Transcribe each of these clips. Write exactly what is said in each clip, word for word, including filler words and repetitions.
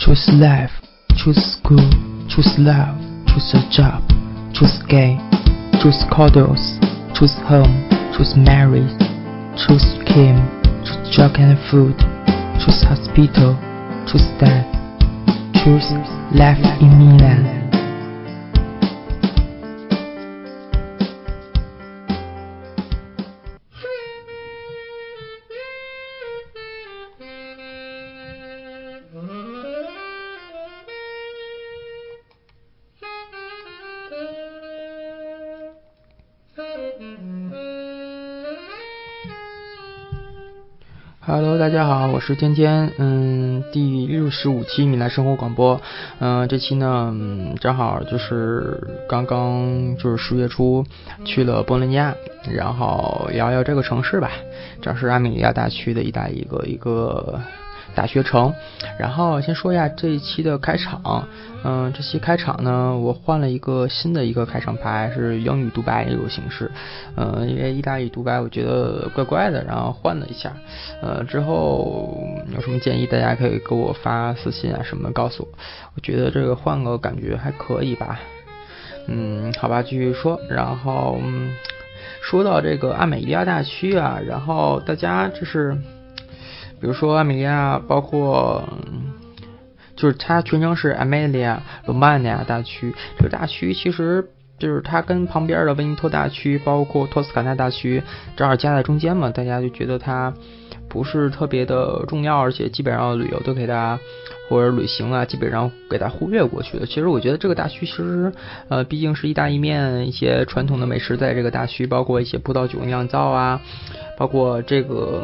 Choose life, choose school, choose love, choose a job, choose gay, choose cuddles, choose home, choose marriage, choose Kim, choose drug and food, choose hospital, choose death, choose life in Milan. Hello， 大家好，我是天天，嗯，第六十五期米兰生活广播，嗯，这期呢，嗯，正好就是刚刚就是十月初去了波伦尼亚，然后聊聊这个城市吧，这是阿米利亚大区的意大利一个一个大学城。然后先说一下这一期的开场，嗯，这期开场呢，我换了一个新的一个开场白，是英语独白这种形式，嗯，因为意大利独白我觉得怪怪的，然后换了一下，呃，之后有什么建议大家可以给我发私信啊什么的告诉我，我觉得这个换个感觉还可以吧，嗯，好吧，继续说，然后嗯，说到这个阿美利亚大区啊，然后大家就是比如说阿美利亚，包括就是它全称是 Emilia Romagna 大区，这个大区其实就是它跟旁边的维尼托大区，包括托斯卡纳大区正好夹在中间嘛，大家就觉得它不是特别的重要，而且基本上旅游都给它或者旅行啊，基本上给它忽略过去了。其实我觉得这个大区其实呃毕竟是意大利面，一些传统的美食在这个大区，包括一些葡萄酒酿造啊，包括这个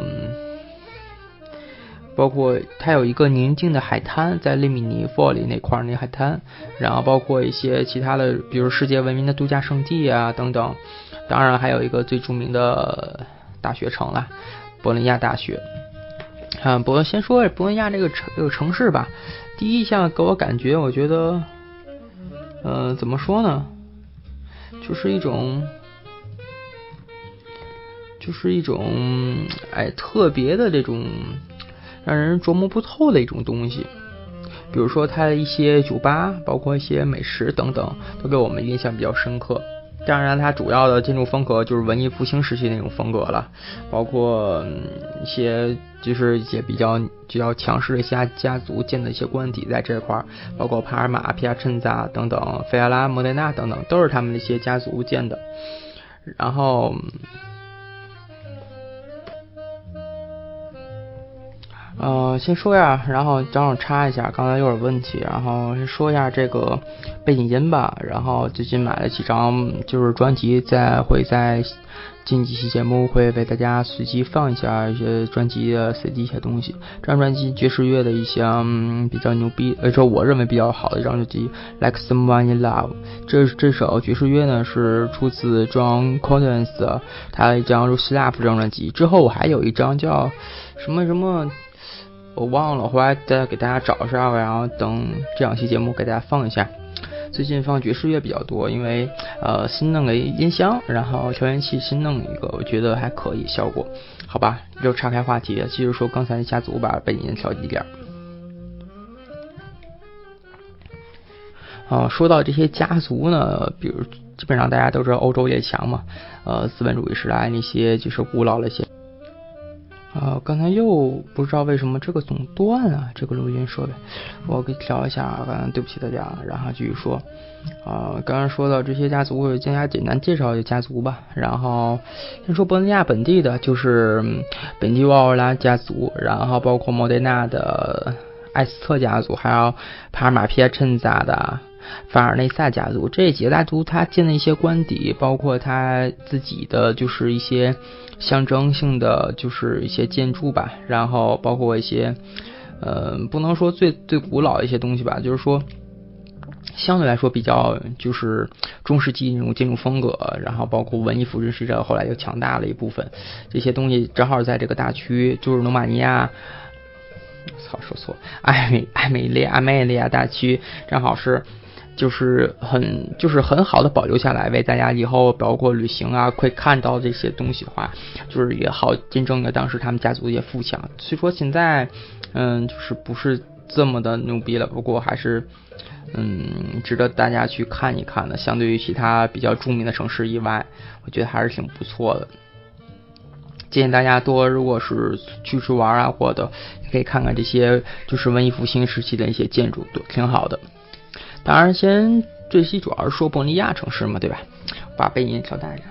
包括它有一个宁静的海滩，在利米尼佛里那块那海滩，然后包括一些其他的，比如世界闻名的度假胜地啊等等，当然还有一个最著名的大学城啦，博伦亚大学。啊，不过先说博伦亚这个城这个城市吧，第一项给我感觉，我觉得，呃，怎么说呢，就是一种。就是一种哎特别的这种让人琢磨不透的一种东西，比如说它的一些酒吧，包括一些美食等等，都给我们印象比较深刻。当然它主要的建筑风格就是文艺复兴时期那种风格了，包括、嗯、一些就是一些比较比较强势的一些家族建的一些官邸在这块，包括帕尔马、皮亚衬扎等等，费亚拉、莫德纳等等，都是他们的一些家族建的。然后呃，先说一下，然后正好插一下，刚才有点问题，然后先说一下这个背景音吧。然后最近买了几张就是专辑，再会在近几期节目会为大家随机放一下一些专辑的 C D 一些东西。这张专辑爵士乐的一些、嗯、比较牛逼，呃，说我认为比较好的一张专辑 Like Someone in Love。这这首爵士乐呢是出自 John Coltrane 的他的一张 Rush Love 这张专辑。之后我还有一张叫什么什么。我忘了，后来再给大家找一下，然后等这两期节目给大家放一下。最近放爵士乐比较多，因为呃新弄了音箱，然后调音器新弄一个，我觉得还可以效果。好吧，就岔开话题，继续说刚才家族吧，背景音调低点。啊、呃，说到这些家族呢，比如基本上大家都知道欧洲列强嘛，呃资本主义时代那些就是古老的一些。呃，刚才又不知道为什么这个总断啊，这个录音设备，我给调一下，刚才对不起大家，然后继续说。啊、呃，刚刚说到这些家族，我更加简单介绍一下家族吧。然后先说博伦尼亚本地的，就是本地沃尔拉家族，然后包括莫德纳的艾斯特家族，还有帕尔马皮亚衬扎的法尔内萨家族。这几个家族他建的一些官邸，包括他自己的就是一些象征性的就是一些建筑吧，然后包括一些呃不能说最最古老的一些东西吧，就是说相对来说比较就是中世纪那种建筑风格，然后包括文艺复兴时代后来又强大了一部分，这些东西正好在这个大区就是罗马尼亚操说错艾美艾美利亚艾美利亚大区正好是就是很就是很好的保留下来，为大家以后包括旅行啊会看到这些东西的话，就是也好见证了当时他们家族的一些富强。虽说现在嗯就是不是这么的牛逼了，不过还是嗯值得大家去看一看的。相对于其他比较著名的城市以外，我觉得还是挺不错的。建议大家多，如果是去去玩啊，或者可以看看这些就是文艺复兴时期的一些建筑，都挺好的。当然，先这期主要是说博洛尼亚城市嘛，对吧？把背音调大一点。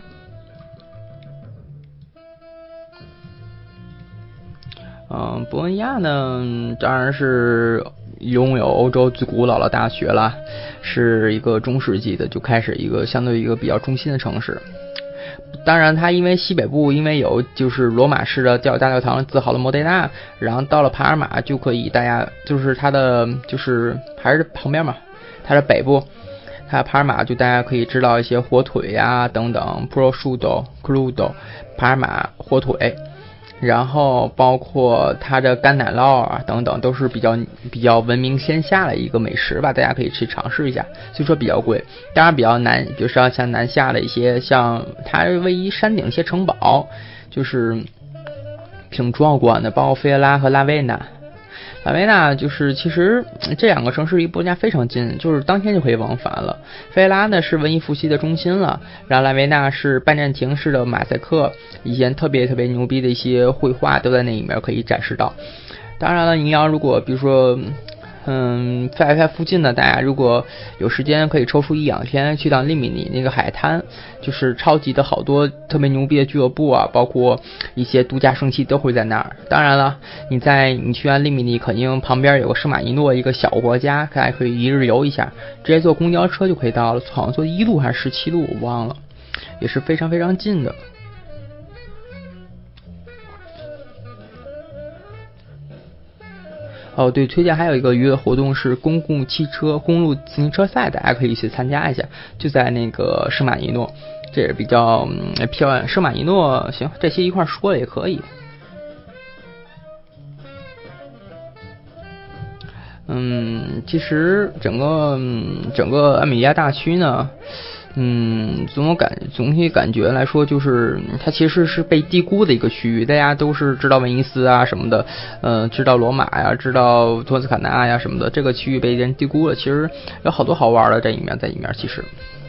嗯，博洛尼亚呢，当然是拥有欧洲最古老的大学了，是一个中世纪的就开始一个相对于一个比较中心的城市。当然，它因为西北部因为有就是罗马式的教大教堂自豪的莫德纳，然后到了帕尔马就可以大家就是它的就是还是旁边嘛，它的北部，它帕尔马就大家可以知道一些火腿呀、啊、等等 prosciutto crudo 帕尔马火腿。然后包括它的干奶酪啊等等，都是比较比较闻名天下的一个美食吧，大家可以去尝试一下。虽说比较贵，当然比较难，比如说像南下的一些，像它位于山顶一些城堡，就是挺壮观的，包括菲耶拉和拉维纳。拉维纳就是其实这两个城市离波加非常近，就是当天就可以往返了。菲耶拉呢是文艺复兴的中心了，然后拉维纳是拜占庭式的马赛克，以前特别特别牛逼的一些绘画都在那里面可以展示到。当然了，你要如果比如说嗯，在在附近的大家如果有时间可以抽出一两天去到利米尼那个海滩，就是超级的好多特别牛逼的俱乐部啊，包括一些度假胜地都会在那儿。当然了，你在你去完利米尼肯定旁边有个圣马伊诺一个小国家，大家可以一日游一下，直接坐公交车就可以到了，好像坐一路还是十七路我忘了，也是非常非常近的。哦，对，推荐还有一个娱乐活动是公共汽车公路自行车赛，大家可以去参加一下，就在那个圣马伊诺，这也是比较嗯漂亮。圣马伊诺行，这些一块说了也可以。嗯，其实整个、嗯、整个艾米利亚大区呢。嗯，总感总体感觉来说，就是它其实是被低估的一个区域。大家都是知道威尼斯啊什么的，呃，知道罗马呀，知道托斯卡纳呀什么的，这个区域被人低估了。其实有好多好玩的在里面，在里面其实。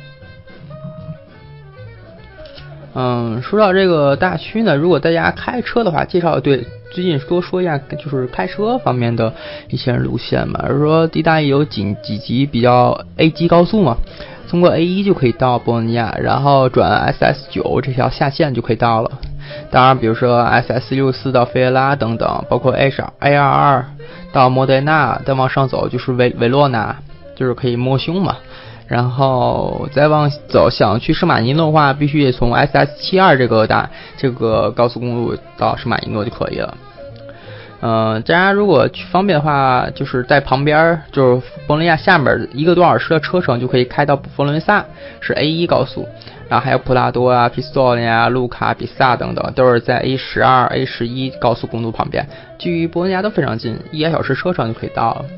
嗯，说到这个大区呢，如果大家开车的话，介绍对最近多说一下，就是开车方面的一些路线嘛。比如说，意大利有几几级比较 A 级高速嘛。通过 A 一 就可以到博洛尼亚，然后转 S S 九 这条下线就可以到了。当然，比如说 S S 六十四 到菲耶拉等等，包括 A 二 A 二二到莫德纳，再往上走就是维维罗纳，就是可以摸胸嘛。然后再往走，想去圣马尼诺的话，必须得从 S S 七十二 这个大这个高速公路到圣马尼诺就可以了。嗯，大家如果去方便的话，就是在旁边，就是博洛尼亚下面一个多小时的车程就可以开到佛罗伦萨，是 A 一 高速，然后还有普拉多啊、皮斯托尼啊、卢卡、比萨等等，都是在 A 十二、A 十一 高速公路旁边，距博洛尼亚都非常近，一个小时车程就可以到了。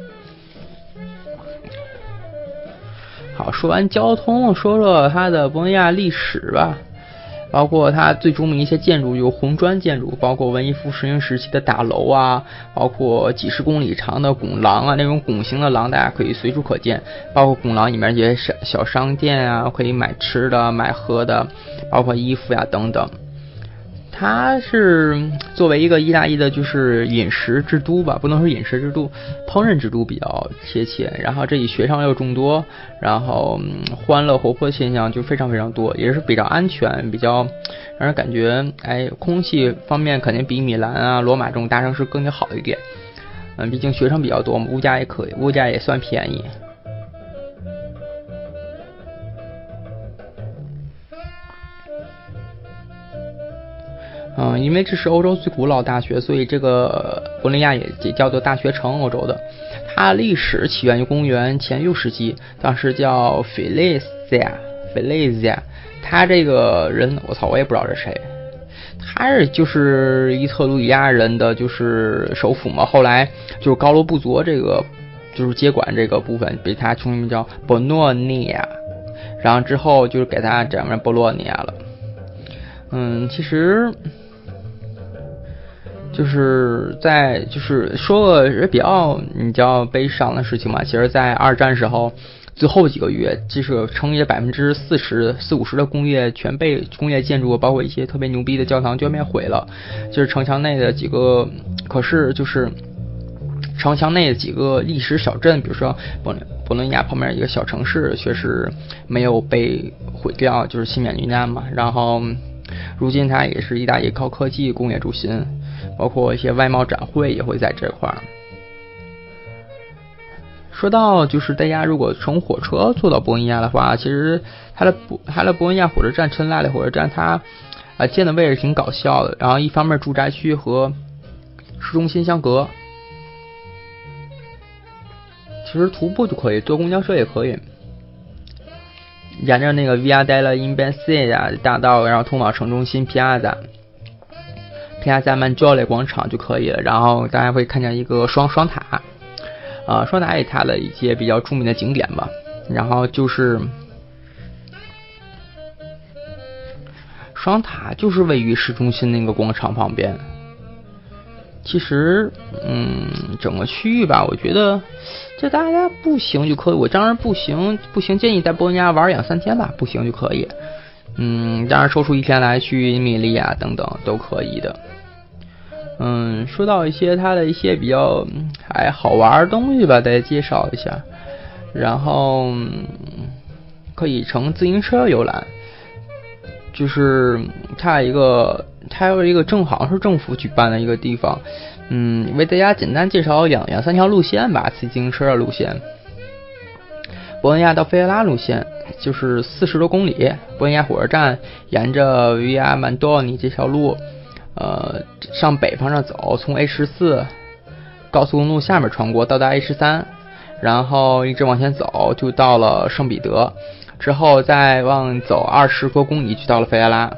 好，说完交通，说说它的博洛尼亚历史吧。包括它最著名一些建筑有红砖建筑，包括文艺复兴时期的大楼啊，包括几十公里长的拱廊啊，那种拱形的廊大家可以随处可见，包括拱廊里面这些小商店啊，可以买吃的买喝的，包括衣服呀、啊、等等。它是作为一个意大利的就是饮食之都吧，不能说饮食之都，烹饪之都比较贴切。然后这里学生又众多，然后、嗯、欢乐活泼的现象就非常非常多，也是比较安全，比较让人感觉哎，空气方面肯定比米兰啊、罗马这种大城市更加好一点。嗯，毕竟学生比较多嘛，物价也可以，物价也算便宜。嗯，因为这是欧洲最古老大学，所以这个博洛尼亚也叫做大学城，欧洲的。它历史起源于公元前六世纪，当时叫菲利西亚，菲利西亚。他这个人，我操，我也不知道是谁。他是就是伊特鲁里亚人的就是首府嘛，后来就是高罗布佐这个就是接管这个部分，被他重名叫博诺尼亚，然后之后就是给他改名博洛尼亚了。嗯，其实。 就是在就是说个比较你较悲伤的事情嘛，其实在二战时候最后几个月，就是城里的百分之四十四五十的工业全被工业建筑，包括一些特别牛逼的教堂全被毁了。就是城墙内的几个，可是就是城墙内的几个历史小镇，比如说博博伦亚旁边一个小城市，确实没有被毁掉，就是幸免于难嘛。然后如今它也是意大利高科技工业中心，包括一些外贸展会也会在这块儿。说到就是大家如果乘火车坐到博恩亚的话，其实它的它的博恩亚火车站陈赖的火车站，它啊建的位置挺搞笑的。然后一方面住宅区和市中心相隔，其实徒步就可以，坐公交车也可以，沿着那个 Via della Indipendenza 大道，然后通往城中心 Piazza Piazza Maggiore 广场就可以了。然后大家会看见一个双双塔。啊，双塔也它的一些比较著名的景点吧，然后就是双塔就是位于市中心那个广场旁边。其实，嗯，整个区域吧，我觉得这大家步行就可以。我当然步行步行建议在博恩亚玩两三天吧，步行就可以。嗯，当然抽出一天来去米利亚等等都可以的。嗯，说到一些它的一些比较还好玩的东西吧，大家介绍一下。然后可以乘自行车游览，就是它一个它有一个正好是政府举办的一个地方。嗯，为大家简单介绍两两三条路线吧，骑自行车的路线。博恩亚到费耶拉路线就是四十多公里，博恩亚火车站沿着 Via Mandoni 这条路。呃，上北方上走，从 A 十四 高速公路下面穿过，到达 A 十三，然后一直往前走，就到了圣彼得，之后再往走二十多公里，就到了费耶拉。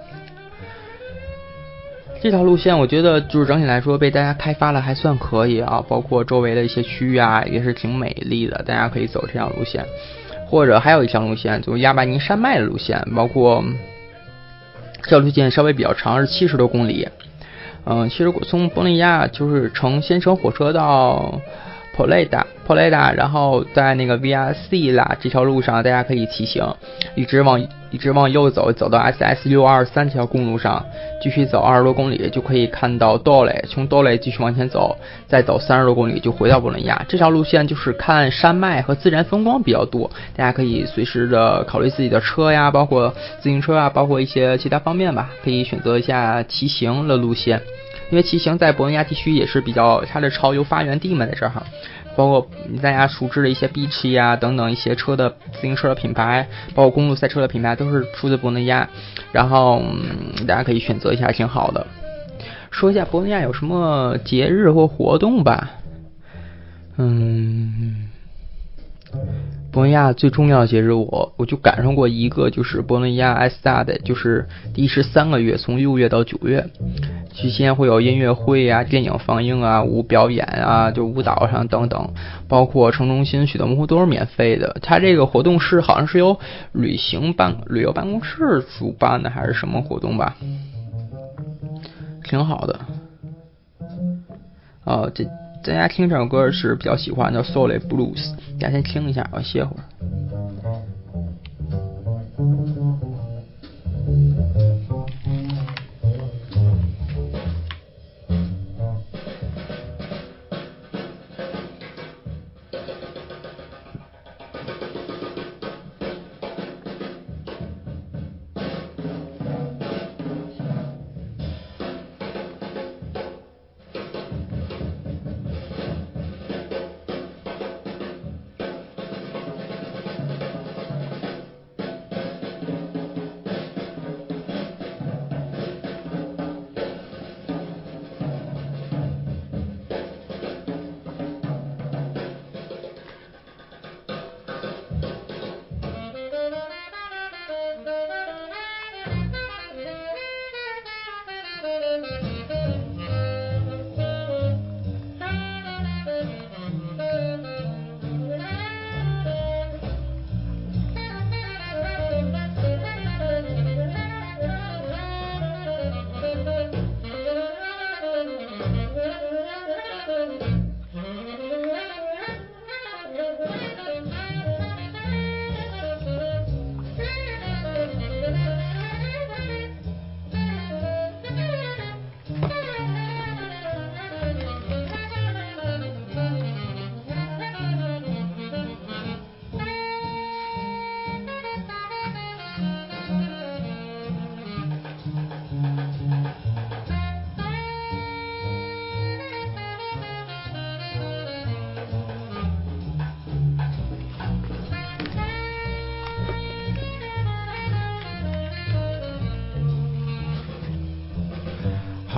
这条路线我觉得就是整体来说被大家开发的还算可以啊，包括周围的一些区域啊也是挺美丽的，大家可以走这条路线。或者还有一条路线就是亚巴尼山脉的路线，包括这条路线稍微比较长，是七十多公里。嗯，其实从博利亚就是乘先乘火车到 Poleda Poleda， 然后在那个 Via Sila 这条路上，大家可以骑行，一直往一直往右走，走到 S S 六二三这条公路上，继续走二十多公里就可以看到 Dole， 从 Dole 继续往前走，再走三十多公里就回到博利亚。这条路线就是看山脉和自然风光比较多，大家可以随时的考虑自己的车呀，包括自行车啊，包括一些其他方面吧，可以选择一下骑行的路线。因为骑行在博恩亚地区也是比较，它的潮流发源地嘛，在这儿哈，包括大家熟知的一些 B 七呀等等一些车的自行车的品牌，包括公路赛车的品牌，都是出自博恩亚。然后、嗯、大家可以选择一下，挺好的。说一下博恩亚有什么节日或活动吧。嗯。博伦亚最重要的节日我我就赶上过一个，就是博伦亚 S 大的，就是第十三个月，从六月到九月，期间会有音乐会啊、电影放映啊、舞表演啊，就舞蹈上等等，包括城中心许多门户都是免费的。它这个活动是好像是由旅行办旅游办公室主办的，还是什么活动吧，挺好的。哦，这。大家听这首歌是比较喜欢的 Sole Blues， 大家先听一下，我歇会儿。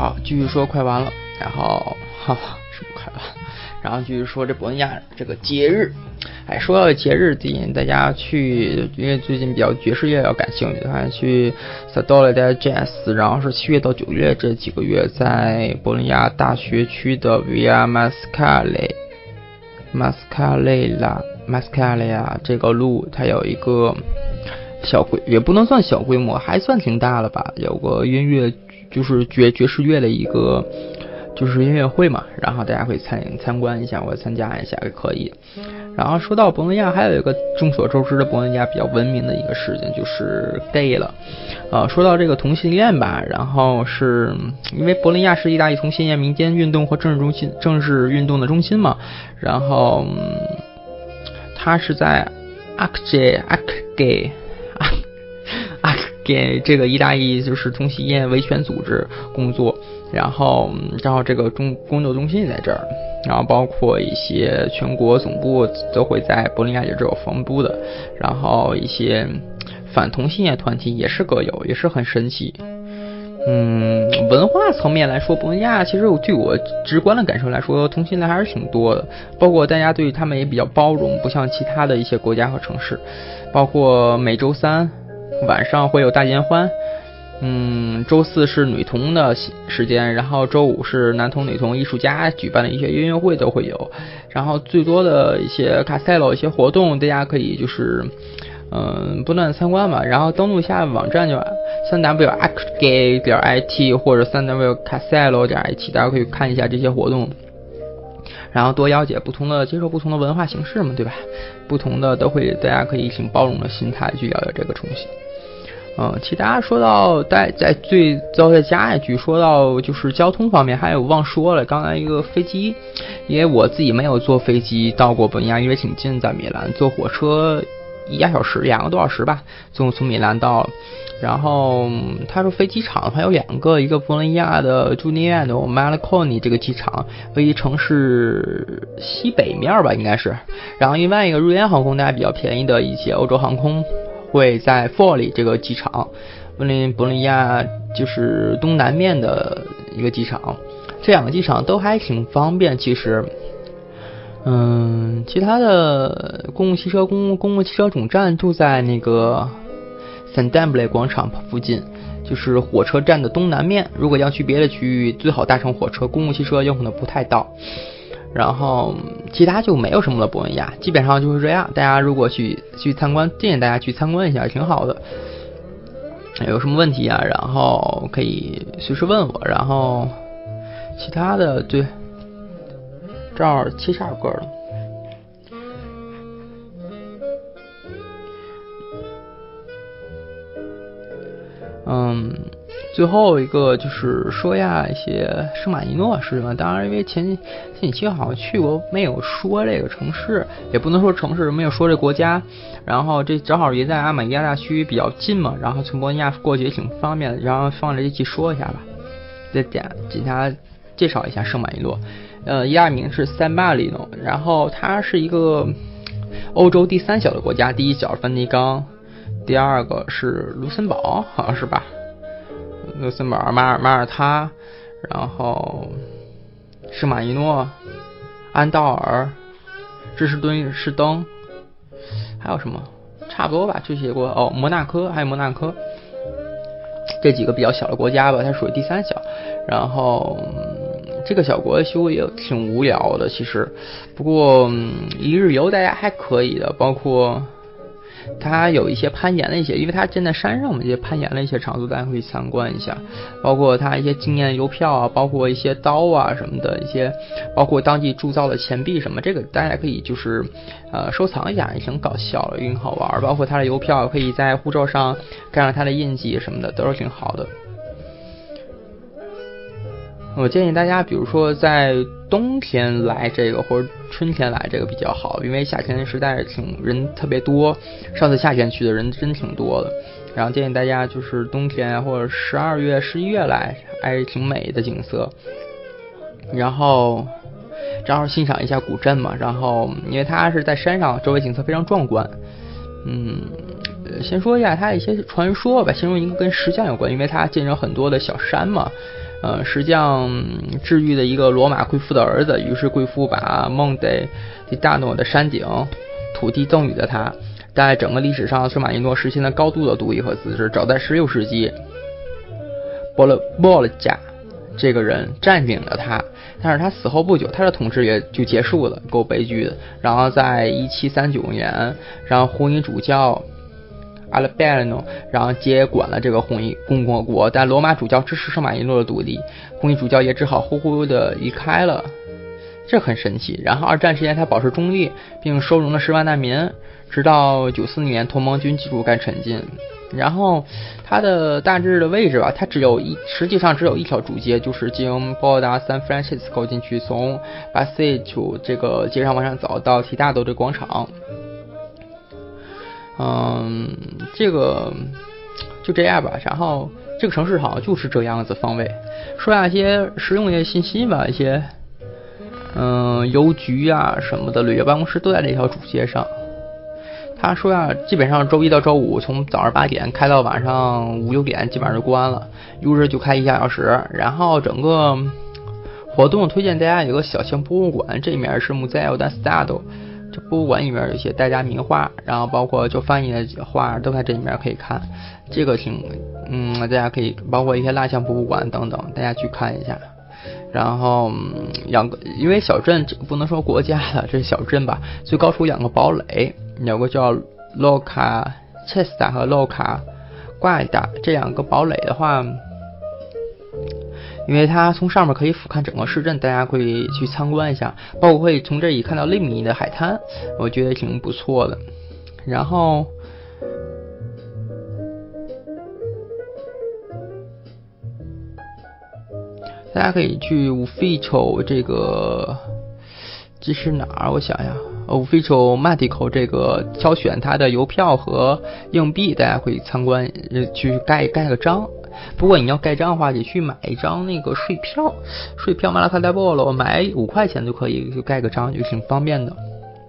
好，继续说快完了，然后哈是不快完了，然后继续说这博恩亚这个节日。哎，说到节日，提醒大家去，因为最近比较爵士乐要感兴趣的话，去 Sadola Jazz， 然后是七月到九月这几个月，在博伦亚大学区的 Via Mascale Mascalella Mascalella 这个路，它有一个小规，也不能算小规模，还算挺大了吧，有个音乐就是爵爵士乐的一个就是音乐会嘛，然后大家可以参参观一下或者参加一下也可以。然后说到博伦亚，还有一个众所周知的博伦亚比较闻名的一个事情就是 gay 了。呃，说到这个同性恋吧，然后是因为博伦亚是意大利同性恋民间运动和政治中心、政治运动的中心嘛，然后、嗯、它是在 A C G A C G A C G 这个意大利就是同性恋维权组织工作，然后然后这个中工作中心在这儿，然后包括一些全国总部都会在博伦亚也是有分部的，然后一些反同性恋团体也是各有，也是很神奇。嗯，文化层面来说，博伦亚其实据我直观的感受来说，同性恋还是挺多的，包括大家对他们也比较包容，不像其他的一些国家和城市，包括每周三晚上会有大联欢。嗯，周四是女童的时间，然后周五是男童女童艺术家举办的一些音乐会都会有，然后最多的一些卡塞罗一些活动，大家可以就是嗯不断参观嘛，然后登录一下网站就 三 w a c g 点 i t 或者 三 w caselo 点 i t， 大家可以看一下这些活动，然后多了解不同的，接受不同的文化形式嘛，对吧？不同的都会，大家可以挺包容的心态去了解这个东西。嗯，其他说到在在最最后再加一句，说到就是交通方面，还有忘说了，刚才一个飞机，因为我自己没有坐飞机到过本亚，因为挺近，在米兰坐火车一个小时，两个多小时吧，从从米兰到了。然后他说飞机场还有两个，一个博伦亚的朱尼亚的 Maliconi 这个机场位于城市西北面吧，应该是。然后另外一个瑞安航空大家比较便宜的一些欧洲航空会在 Forlì 这个机场，博伦博伦亚就是东南面的一个机场，这两个机场都还挺方便其实。嗯，其他的公共汽车公公共汽车总站就在那个 San Damble 广场附近，就是火车站的东南面。如果要去别的区域，最好搭乘火车，公共汽车有可能不太到。然后其他就没有什么了，博伦亚基本上就是这样。大家如果去去参观，建议大家去参观一下，挺好的。有什么问题啊？然后可以随时问我。然后其他的对。正好七十二个了。嗯，最后一个就是说一下一些圣马尼诺是什么。当然，因为前前几期好像去过，没有说这个城市，也不能说城市，没有说这国家。然后这正好也在阿马尼亚大区比较近嘛，然后从博伦亚过去也挺方便的。然后放着一起说一下吧，再简简单介绍一下圣马尼诺。呃，意大利名是 San Marino， 然后它是一个欧洲第三小的国家，第一小是梵蒂冈，第二个是卢森堡，好像是吧？卢森堡、马耳马耳他，然后圣马尼诺、安道尔、芝士敦士登，还有什么？差不多吧，这些国哦，摩纳哥还有摩纳哥，这几个比较小的国家吧，它属于第三小，然后。这个小国修也挺无聊的，其实，不过、嗯、一日游大家还可以的，包括它有一些攀岩的一些，因为它站在山上嘛，这些攀岩的一些场所大家可以参观一下，包括它一些纪念邮票啊，包括一些刀啊什么的，一些包括当地铸造的钱币什么，这个大家可以就是呃收藏一下，也挺搞笑的，也挺好玩，包括它的邮票可以在护照上盖上它的印记什么的，都是挺好的。我建议大家比如说在冬天来这个或者春天来这个比较好，因为夏天实在是挺人特别多，上次夏天去的人真挺多的，然后建议大家就是冬天或者十二月十一月来还是挺美的景色，然后正好欣赏一下古镇嘛，然后因为它是在山上，周围景色非常壮观。嗯，先说一下它一些传说吧，其中一个跟石像有关，因为它见着很多的小山嘛， 呃，石匠治愈的一个罗马贵妇的儿子，于是贵妇把蒙德迪大诺的山顶土地赠予了他。在整个历史上，圣马力诺实现了高度的独立和自治。早在十六世纪，波勒波勒加这个人占领了他，但是他死后不久，他的统治也就结束了，够悲剧的。然后在一七三九年，然后红衣主教阿拉贝诺然后接管了这个红衣共和国，但罗马主教支持圣马力诺的独立，红衣主教也只好呼呼的离开了，这很神奇。然后二战时间他保持中立，并收容了十万难民，直到九四年同盟军记住该沉进。然后它的大致的位置吧，它只有一实际上只有一条主街，就是经波达 San Francisco 进去，从 Paseo 这个街上往上走到提大多这广场。嗯，这个就这样吧。然后这个城市好像就是这样子方位。说下一些实用的信息吧，一些嗯邮局啊什么的，旅游办公室都在这条主街上。他说呀，基本上周一到周五从早上八点开到晚上五六点，基本上就关了，六日就开一个小时。然后整个活动推荐大家有个小型博物馆，这里面是 Museo del Estado， 这博物馆里面有一些大家名画，然后包括就翻译的画都在这里面可以看，这个挺嗯，大家可以包括一些蜡像博物馆等等，大家去看一下。然后两个，因为小镇不能说国家的，这是小镇吧，最高处两个堡垒，有个叫 Loca Chesta 和 Loca Guarda， 这两个堡垒的话，因为它从上面可以俯瞰整个市镇，大家可以去参观一下，包括可以从这里看到利米的海滩，我觉得挺不错的。然后大家可以去 Ufficio 这个，这是哪儿？我想想 ，Ufficio Medico 这个挑选它的邮票和硬币，大家可以参观，去盖盖个章。不过你要盖章的话，得去买一张那个税票，税票马拉卡戴波罗，买五块钱就可以就盖个章，就挺方便的。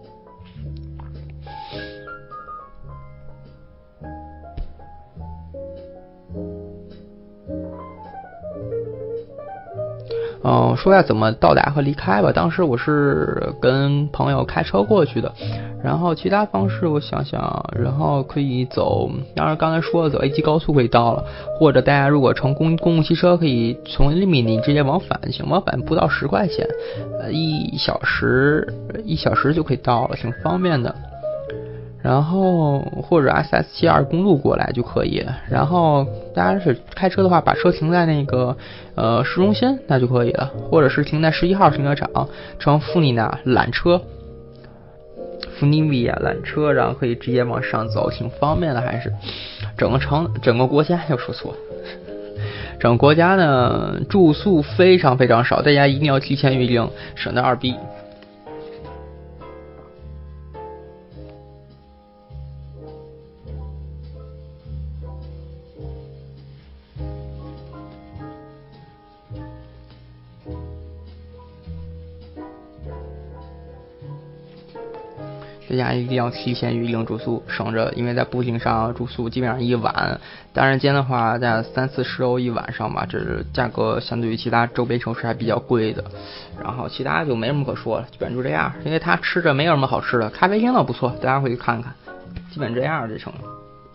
嗯，说下怎么到达和离开吧。当时我是跟朋友开车过去的，然后其他方式我想想，然后可以走，当然刚才说了走 A 级高速可以到了，或者大家如果乘公公共汽车可以从利米尼直接往返行，往返不到十块钱，呃，一小时一小时就可以到了，挺方便的。然后或者 S S 七十二 公路过来就可以，然后大家是开车的话，把车停在那个呃市中心那就可以了，或者是停在十一号停车场，乘富尼纳缆车，富尼维亚缆车，然后可以直接往上走，挺方便的。还是整个城整个国家又说错了，整个国家呢住宿非常非常少，大家一定要提前预定，省得二逼。大家一定要提前预定住宿，省着，因为在步行上住宿基本上一晚，单人间的话在三四十欧一晚上吧，这是价格相对于其他周边城市还比较贵的。然后其他就没什么可说了，基本就这样，因为它吃着没有什么好吃的，咖啡厅倒不错，大家回去看看，基本这样这城。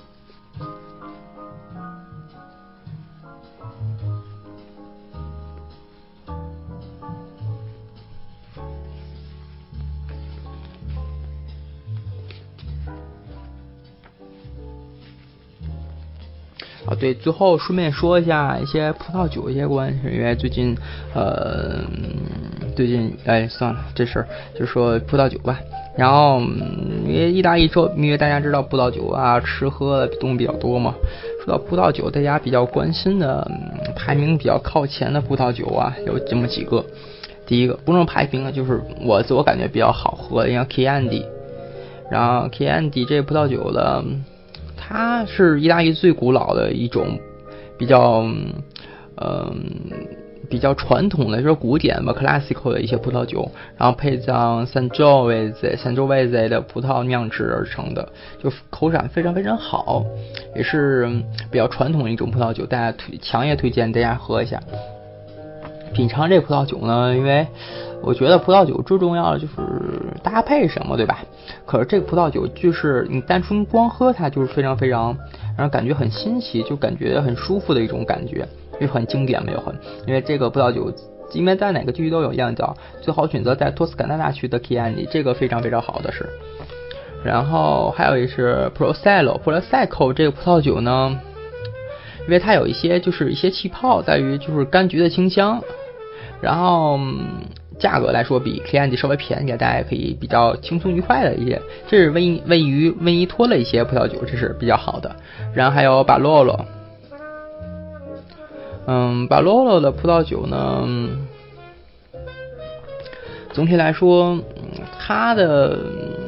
啊，对，最后顺便说一下一些葡萄酒一些关系，因为最近，呃，最近，哎，算了，这事儿就说葡萄酒吧。然后，因为意大利州，因为大家知道葡萄酒啊，吃喝的东西比较多嘛。说到葡萄酒，大家比较关心的，嗯、排名比较靠前的葡萄酒啊，有这么几个。第一个，不能排名啊，就是我自我感觉比较好喝的，像 Chianti。然后 Chianti 这葡萄酒的。它是意大利最古老的一种比较嗯、呃、比较传统的就是古典吧 classical 的一些葡萄酒，然后配上 Sangiovese Sangiovese 的葡萄酿制而成的，就口感非常非常好，也是比较传统的一种葡萄酒，大家推强烈推荐大家喝一下。 品尝这葡萄酒呢，因为我觉得葡萄酒最重要的就是搭配什么，对吧？可是这个葡萄酒就是你单纯光喝它就是非常非常让人感觉很新奇，就感觉很舒服的一种感觉，又很经典嘛，又很因为这个葡萄酒因为在哪个地区都有一样叫最好选择在托斯卡纳大区的 Chianti， 这个非常非常好的是。然后还有一是 Prosecco Prosecco 这个葡萄酒呢，因为它有一些就是一些气泡在于就是柑橘的清香，然后、嗯、价格来说比 Chianti 稍微便宜，大家也可以比较轻松愉快的一些，这是位位于威尼托的一些葡萄酒，这是比较好的。然后还有 Barolo， 嗯 Barolo 的葡萄酒呢，总体来说它的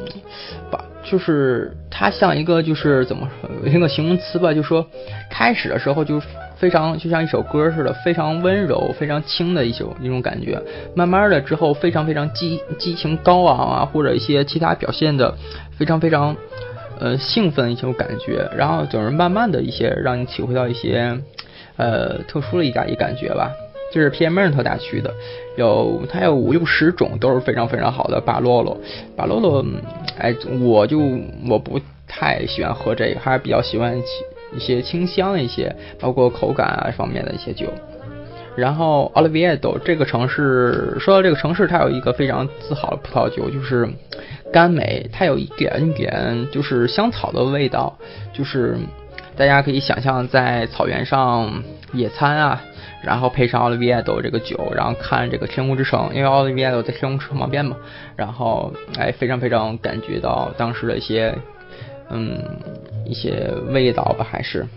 就是它像一个就是怎么说一个形容词吧，就说开始的时候就非常就像一首歌似的，非常温柔非常轻的一首一种感觉，慢慢的之后非常非常激激情高昂啊，或者一些其他表现的非常非常呃兴奋一种感觉，然后总是慢慢的一些让你体会到一些呃特殊的一感一感觉吧。这是皮埃蒙特大区的，有它有五六十种都是非常非常好的巴洛洛。巴洛洛，哎，我就我不太喜欢喝这个，还是比较喜欢一些清香一些，包括口感啊方面的一些酒。然后奥利维耶多这个城市，说到这个城市，它有一个非常自豪的葡萄酒，就是甘美，它有一点点就是香草的味道，就是大家可以想象在草原上野餐啊。然后配上奥利维耶多这个酒，然后看这个天空之城，因为奥利维耶多在天空之城旁边嘛，然后哎非常非常感觉到当时的一些嗯一些味道吧，还是。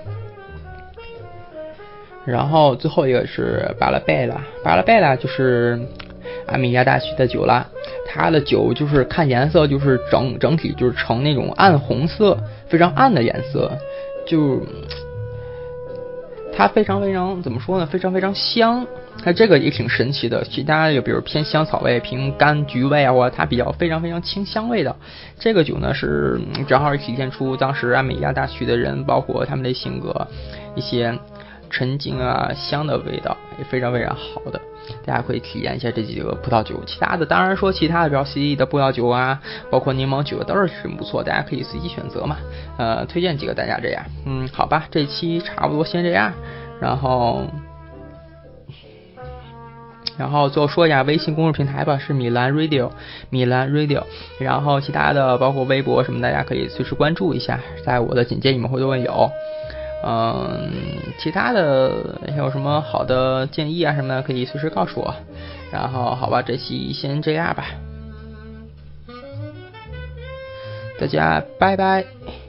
然后最后一个是巴拉贝拉，巴拉贝拉就是阿米亚大区的酒啦，它的酒就是看颜色就是整整体就是呈那种暗红色，非常暗的颜色，就。它非常非常怎么说呢？非常非常香，它这个也挺神奇的。其他就比如偏香草味、偏柑橘味啊，或者它比较非常非常清香味的。这个酒呢是正好体现出当时安美亚大区的人，包括他们的性格，一些沉静啊香的味道，也非常非常好的。大家可以体验一下这几个葡萄酒，其他的当然说其他的比较犀利的葡萄酒啊，包括柠檬酒都是很不错，大家可以随机选择嘛。呃，推荐几个大家这样，嗯，好吧，这期差不多先这样，然后，然后最后说一下微信公众平台吧，是米兰 Radio， 米兰 Radio， 然后其他的包括微博什么，大家可以随时关注一下，在我的简介里面会都会有。嗯，其他的有什么好的建议啊什么的，可以随时告诉我。然后好吧，这期先这样吧，大家拜拜。